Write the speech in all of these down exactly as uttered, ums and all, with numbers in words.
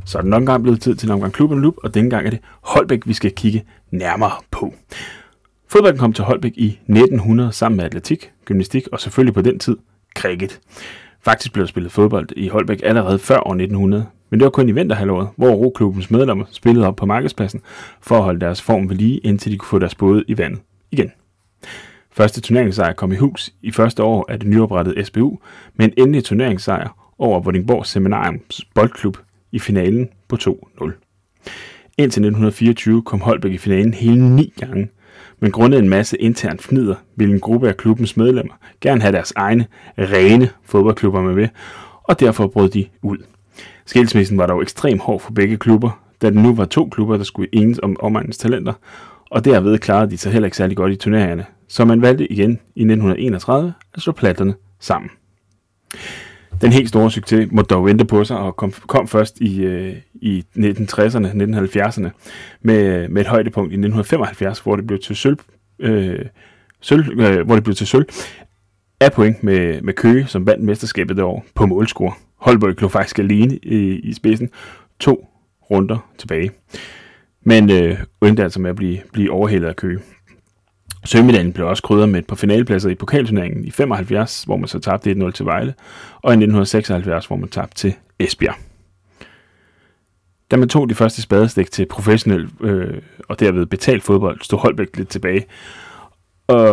Så er det nok engang blevet tid til en omgang klub og loop, og denne gang er det Holbæk, vi skal kigge nærmere på. Fodbolden kom til Holbæk i nitten hundrede sammen med atletik, gymnastik og selvfølgelig på den tid cricket. Faktisk blev der spillet fodbold i Holbæk allerede før år nitten hundrede, men det var kun i vinterhalvåret, hvor roklubbens medlemmer spillede op på markedspladsen for at holde deres form ved lige, indtil de kunne få deres både i vandet igen. Første turneringssejr kom i hus i første år af det nyoprettede S B U, med en endelig turneringssejr over Vordingborg Seminariums Boldklub i finalen på to nul. Indtil nitten fireogtyve kom Holbæk i finalen hele ni gange, men grundet en masse intern fnider ville en gruppe af klubbens medlemmer gerne have deres egne rene fodboldklubber med ved, og derfor brød de ud. Skilsmissen var dog ekstremt hård for begge klubber, da det nu var to klubber, der skulle enes om omegns talenter, og derved klarede de sig heller ikke særlig godt i turneringerne, så man valgte igen i nitten enogtredive at slå platterne sammen. Den helt store succes måtte dog vente på sig og kom, kom først i, øh, i nitten tresserne, nitten halvfjerdserne med, med et højdepunkt i nitten femoghalvfjerds, hvor det blev til sølv, øh, sølv øh, hvor det blev til sølv af point med, med Køge, som vandt mesterskabet det år på målscore. Holbæk lå faktisk alene i, i spidsen to runder tilbage, men øh, endte altså med at blive, blive overhældet af Køge. Sølvmedaljen blev også krydret med et par finalepladser i pokalturneringen i femoghalvfjerds, hvor man så tabte et nul til Vejle, og i nitten seksoghalvfjerds, hvor man tabte til Esbjerg. Da man tog de første spadestik til professionel øh, og derved betalt fodbold, stod Holbæk lidt tilbage, og,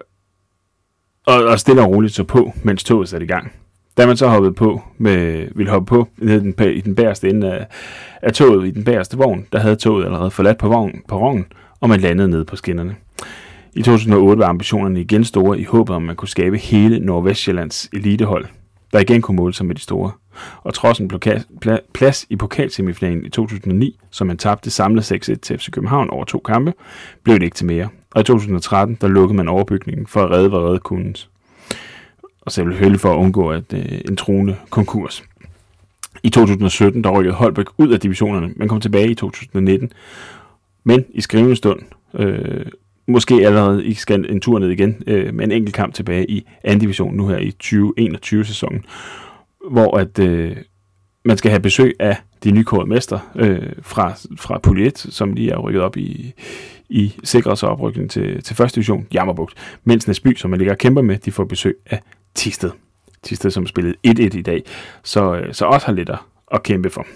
og, og stille og roligt så på, mens toget satte i gang. Da man så hoppede på med, ville hoppe på ned den, i den bagerste ende af, af toget, i den bagerste vogn, der havde toget allerede forladt på vognen, på vognen, og man landede nede på skinnerne. I to tusind og otte var ambitionerne igen store i håbet om, at man kunne skabe hele Nordvestjyllands elitehold, der igen kunne måle sig med de store. Og trods en plads i pokalsemifinalen i to tusind og ni, som man tabte samlet seks et til F C København over to kampe, blev det ikke til mere. Og i to tusind og tretten, der lukkede man overbygningen for at redde, hvad redde kundes. Og selvfølgelig for at undgå at, øh, en truende konkurs. I to tusind og sytten, der rykkede Holbæk ud af divisionerne, men kom tilbage i to tusind og nitten. Men i skrivende stund, øh, måske allerede ikke skal en tur ned igen, øh, med en enkelt kamp tilbage i anden division nu her i tyve enogtyve-sæsonen, hvor at øh, man skal have besøg af de nykårede mestre øh, fra, fra Pulje et, som lige er rykket op i, i sikret sig oprykning til, til første division, Jammerbugt, mens Næsby, som man ligger og kæmper med, de får besøg af Thisted. Thisted, som spillede et et i dag, så, øh, så også har lidt at, at kæmpe for.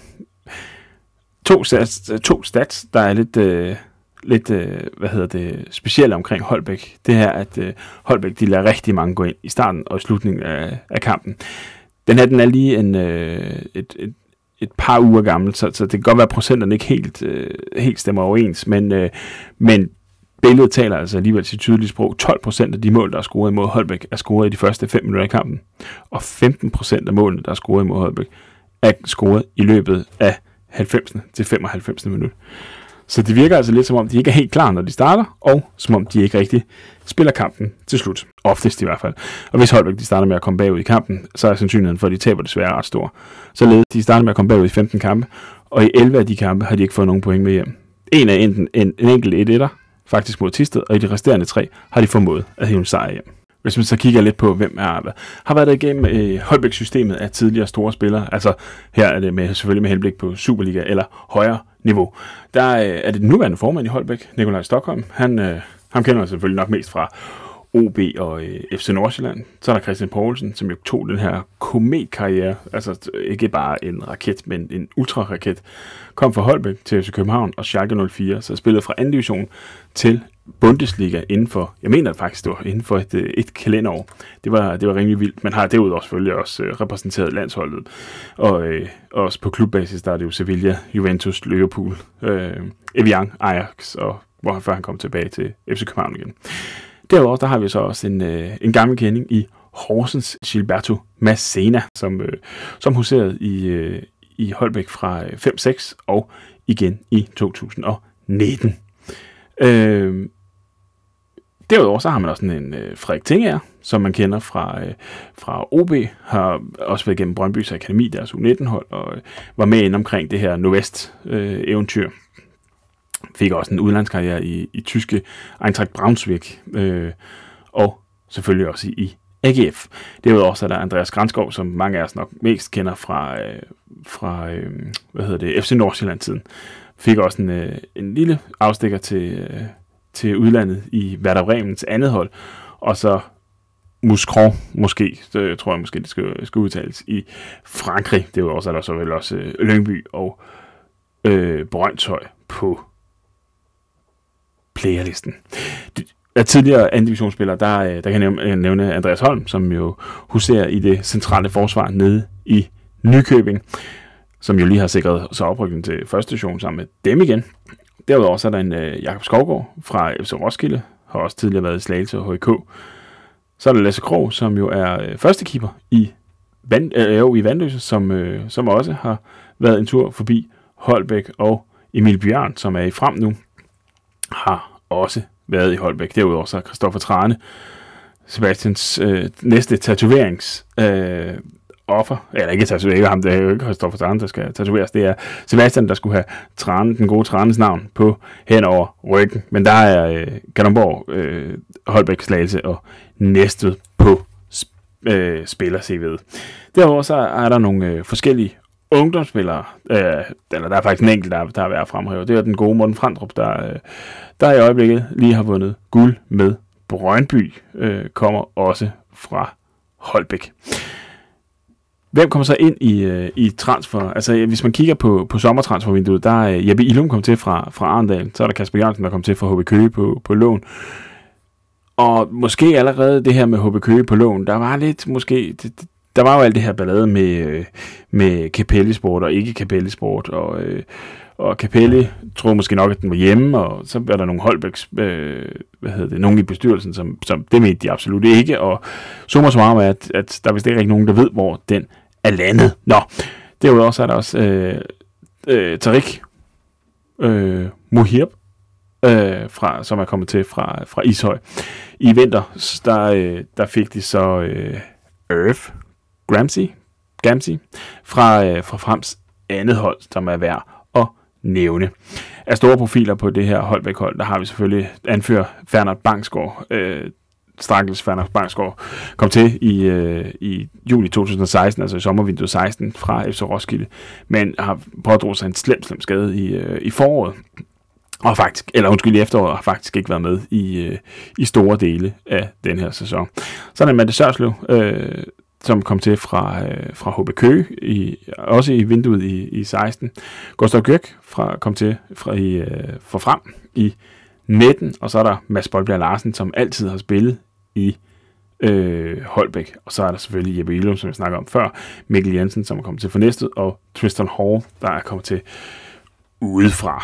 To stats, to stats der er lidt... Øh, lidt, øh, hvad hedder det, specielt omkring Holbæk, det her, at øh, Holbæk, de lader rigtig mange gå ind i starten og i slutningen af, af kampen. Den her, den er lige en, øh, et, et, et par uger gammel, så, så det kan godt være, at procenterne ikke helt, øh, helt stemmer overens, men, øh, men billedet taler altså alligevel sit tydelige sprog. tolv procent af de mål, der er scoret imod Holbæk, er scoret i de første fem minutter i kampen, og femten procent af målene, der er scoret imod Holbæk, er scoret i løbet af halvfemsende til femoghalvfemsende minut. Så det virker altså lidt som om, de ikke er helt klar, når de starter, og som om de ikke rigtig spiller kampen til slut. Oftest i hvert fald. Og hvis Holbæk de starter med at komme bagud i kampen, så er sandsynligheden for, at de taber desværre ret stor. Således de starter med at komme bagud i femten kampe, og i elleve af de kampe har de ikke fået nogen point med hjem. En er enten en, en enkelt et-etter, faktisk mod Thisted, og i de resterende tre har de formået at hive en sejr hjem. Hvis man så kigger lidt på, hvem er, har været der igennem øh, Holbæk-systemet af tidligere store spillere, altså her er det med, selvfølgelig med henblik på Superliga eller højere niveau. Der øh, er det den nuværende formand i Holbæk, Nikolaj Stockholm. Han, øh, ham kender man selvfølgelig nok mest fra O B og øh, F C Nordsjælland. Så er der Christian Poulsen, som jo tog den her kometkarriere, altså ikke bare en raket, men en ultraraket, kom fra Holbæk til F C København og Schalke nul fire, så spillede fra anden division til Bundesliga inden for, jeg mener faktisk, det var inden for et, et kalenderår. Det var, det var rimelig vildt. Man har derudover selvfølgelig også øh, repræsenteret landsholdet. Og øh, også på klubbasis, der er det jo Sevilla, Juventus, Liverpool, øh, Evian, Ajax, og hvor han før han kom tilbage til F C København igen. Derudover der har vi så også en, øh, en gammel kending i Horsens, Gilberto Massena, som, øh, som huserede i, øh, i Holbæk fra fem seks og igen i to tusind og nitten. Øh, derudover så har man også en øh, Frederik Tingager, som man kender fra, øh, fra O B, har også været gennem Brøndbys Akademi, deres U nitten-hold, og øh, var med ind omkring det her Nordvest-eventyr. Øh, Fik også en udlandskarriere i, i tyske Eintracht Braunschweig, øh, og selvfølgelig også i, i A G F. Derudover så er der Andreas Granskov, som mange af os nok mest kender fra, øh, fra øh, hvad hedder det, F C Nordsjælland-tiden. Fik også en, øh, en lille afstikker til, øh, til udlandet i Werder Bremens andet hold, og så Mouscron, måske, det tror jeg måske, det skal, skal udtales, i Frankrig. Det var også, er der så vel også øh, Lyngby og øh, Brøndshøj på playerlisten. Af tidligere anden divisionsspillere, der, der kan jeg nævne Andreas Holm, som jo huserer i det centrale forsvar nede i Nykøbing, som jo lige har sikret sig oprykning til første division sammen med dem igen. Derudover så er der en uh, Jakob Skovgaard fra F C Roskilde, har også tidligere været i Slagelse og H I K. Så er der Lasse Krog, som jo er uh, første keeper i, Vand, uh, jo, i Vandløse, som, uh, som også har været en tur forbi Holbæk, og Emil Bjørn, som er i frem nu, har også været i Holbæk. Derudover så er Christoffer Trane, Sebastians øh, næste tatoverings øh, offer, eller ikke tatovere ham, det er jo ikke Christoffer Trane, der skal tatoveres, det er Sebastian, der skulle have Trane, den gode Tranes navn på hen over ryggen. Men der er øh, Kalundborg, øh, Holbæk, Slagelse og Næstved på øh, spiller-C V'et. Derudover så er der nogle øh, forskellige ungdomsspillere, øh, eller der er faktisk en enkelt, der, der er værd at fremhæve. Det er den gode Morten Frandrup, der, øh, der i øjeblikket lige har vundet guld med Brøndby, øh, kommer også fra Holbæk. Hvem kommer så ind i, øh, i transfer? Altså, hvis man kigger på, på sommertransfervinduet, der er Jeppe Ilum kommet til fra, fra Arendal, så er der Kasper Jørgensen, der kom til fra H B Køge på, på lån. Og måske allerede det her med H B Køge på lån, der var lidt, måske... Det, der var jo alt det her ballade med, med Capelli-sport og ikke Capelli-sport, og, og Capelli troede måske nok, at den var hjemme, og så var der nogle Holbæks, øh, hvad hedder det, nogen i bestyrelsen, som, som det mente de absolut ikke, og summa summarum er, at, at der er vist ikke nogen, der ved, hvor den er landet. Nå, derudover så er der også øh, øh, Tariq øh, Mohirb, øh, fra, som er kommet til fra, fra Ishøj. I vinter, der, øh, der fik de så øh, Irv Gramsci, Gamsey fra, øh, fra Frems andet hold, som er værd at nævne. Af store profiler på det her Holbæk-hold, der har vi selvfølgelig anfører Fernand Bangsgaard, øh, Stakkels Fernand Bangsgaard, kom til i, øh, i juli to tusind og seksten, altså i sommervinduet seksten, fra F C Roskilde, men har pådruget sig en slem, slem skade i, øh, i foråret, og faktisk, eller undskyld, i efteråret, har faktisk ikke været med i, øh, i store dele af den her sæson. Så er der Malte Sørslev, øh, som kom til fra, øh, fra H B Køge, i, også i vinduet i, i seksten. Gustav Gørk fra, kom til fra, i, øh, fra frem i nitten, og så er der Mads Boldbjerg Larsen, som altid har spillet i øh, Holbæk, og så er der selvfølgelig Jeppe Ilum, som jeg snakker om før, Mikkel Jensen, som er kommet til fra Næstved, og Tristan Hall, der er kommet til udefra.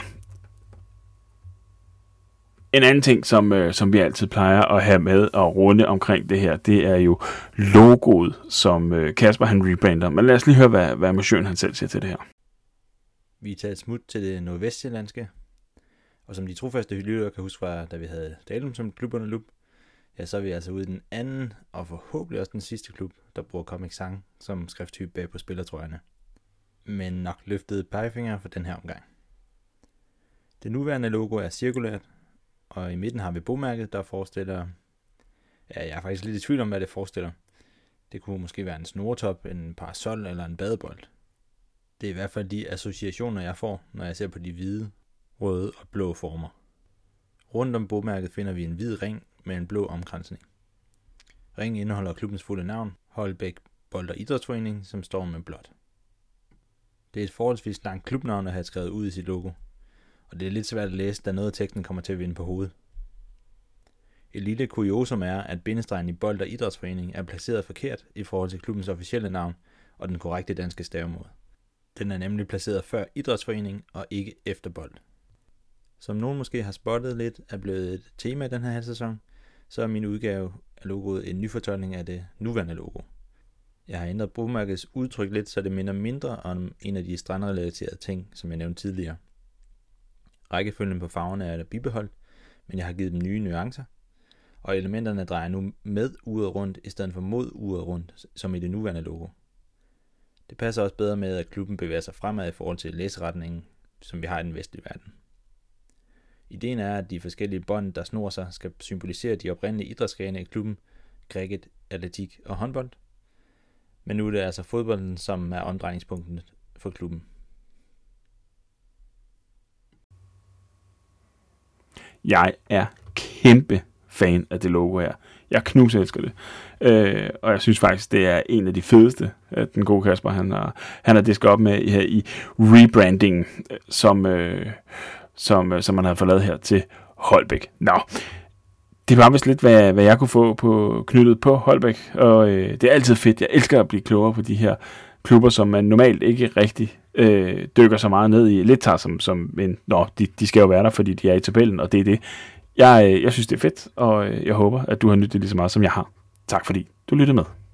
En anden ting, som, øh, som vi altid plejer at have med og runde omkring det her, det er jo logoet, som øh, Kasper han rebrander. Men lad os lige høre, hvad, hvad Monsieur han selv siger til det her. Vi er taget et smut til det nordvestjyllandske, og som de trofaste lyttere kan huske fra, da vi havde Dalum som klub under lup, ja, så er vi altså ude i den anden, og forhåbentlig også den sidste klub, der bruger Comic Sans som skrifttype bag på spillertrøjerne. Men nok løftede pegefinger for den her omgang. Det nuværende logo er cirkulært, og i midten har vi bogmærket, der forestiller... Ja, jeg er faktisk lidt i tvivl om, hvad det forestiller. Det kunne måske være en snoretop, en parasol eller en badebold. Det er i hvert fald de associationer, jeg får, når jeg ser på de hvide, røde og blå former. Rundt om bogmærket finder vi en hvid ring med en blå omkransning. Ringen indeholder klubbens fulde navn, Holbæk Bold- og Idrætsforening, som står med blåt. Det er et forholdsvis langt klubnavn at have skrevet ud i sit logo, og det er lidt svært at læse, da noget af teksten kommer til at vinde på hovedet. Et lille kuriosum er, at bindestregen i Bold- og Idrætsforening er placeret forkert i forhold til klubbens officielle navn og den korrekte danske stavemåde. Den er nemlig placeret før Idrætsforening og ikke efter bold. Som nogen måske har spottet lidt er blevet et tema i den her sæson, så er min udgave af logoet en nyfortolkning af det nuværende logo. Jeg har ændret bogmærkets udtryk lidt, så det minder mindre om en af de strandrelaterede ting, som jeg nævnte tidligere. Rækkefølgen på farverne er der bibeholdt, men jeg har givet dem nye nuancer, og elementerne drejer nu med uret rundt i stedet for mod uret rundt, som i det nuværende logo. Det passer også bedre med, at klubben bevæger sig fremad i forhold til læseretningen, som vi har i den vestlige verden. Ideen er, at de forskellige bånd, der snor sig, skal symbolisere de oprindelige idrætsgrene i klubben, cricket, atletik og håndbold. Men nu er det altså fodbolden, som er omdrejningspunktet, for klubben. Jeg er kæmpe fan af det logo her. Jeg knuser elsker det. Øh, og jeg synes faktisk, det er en af de fedeste, at den gode Kasper, han har, han har disket op med her i rebrandingen, som, øh, som, som man har forladet her til Holbæk. Nå, det var vist lidt, hvad, hvad jeg kunne få på knyttet på Holbæk, og øh, det er altid fedt. Jeg elsker at blive klogere på de her klubber, som man normalt ikke rigtig øh, dykker så meget ned i. Lidt tager som, som men nå, de, de skal jo være der, fordi de er i tabellen, og det er det. Jeg, jeg synes, det er fedt, og jeg håber, at du har nyttet det lige så meget, som jeg har. Tak fordi du lyttede med.